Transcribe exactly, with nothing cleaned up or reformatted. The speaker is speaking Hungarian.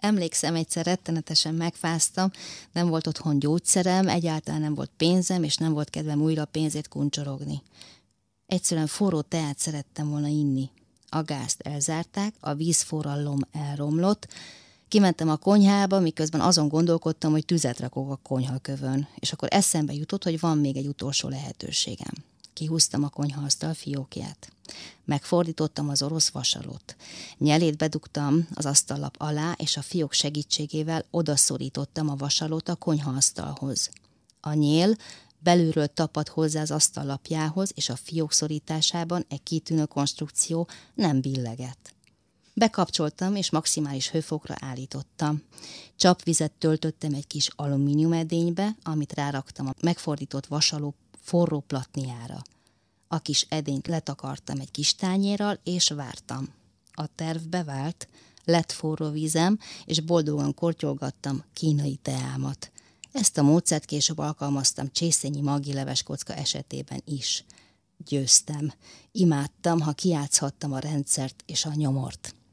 Emlékszem, egyszer rettenetesen megfáztam, nem volt otthon gyógyszerem, egyáltalán nem volt pénzem, és nem volt kedvem újra pénzét kuncsorogni. Egyszerűen forró teát szerettem volna inni. A gázt elzárták, a vízforrallom elromlott, kimentem a konyhába, miközben azon gondolkodtam, hogy tüzet rakok a konyhakövön, és akkor eszembe jutott, hogy van még egy utolsó lehetőségem. Kihúztam a konyhaasztal fiókját. Megfordítottam az orosz vasalót. Nyelét bedugtam az asztallap alá, és a fiók segítségével odaszorítottam a vasalót a konyhaasztalhoz. A nyél belülről tapadt hozzá az asztallapjához, és a fiók szorításában egy kitűnő konstrukció nem billegett. Bekapcsoltam, és maximális hőfokra állítottam. Csapvizet töltöttem egy kis alumínium edénybe, amit ráraktam a megfordított vasaló forró platniára. A kis edényt letakartam egy kis tányérral, és vártam. A terv bevált, lett forró vízem, és boldogan kortyolgattam kínai teámat. Ezt a módszert később alkalmaztam csészényi maggi leveskocka esetében is. Győztem. Imádtam, ha kijátszhattam a rendszert és a nyomort.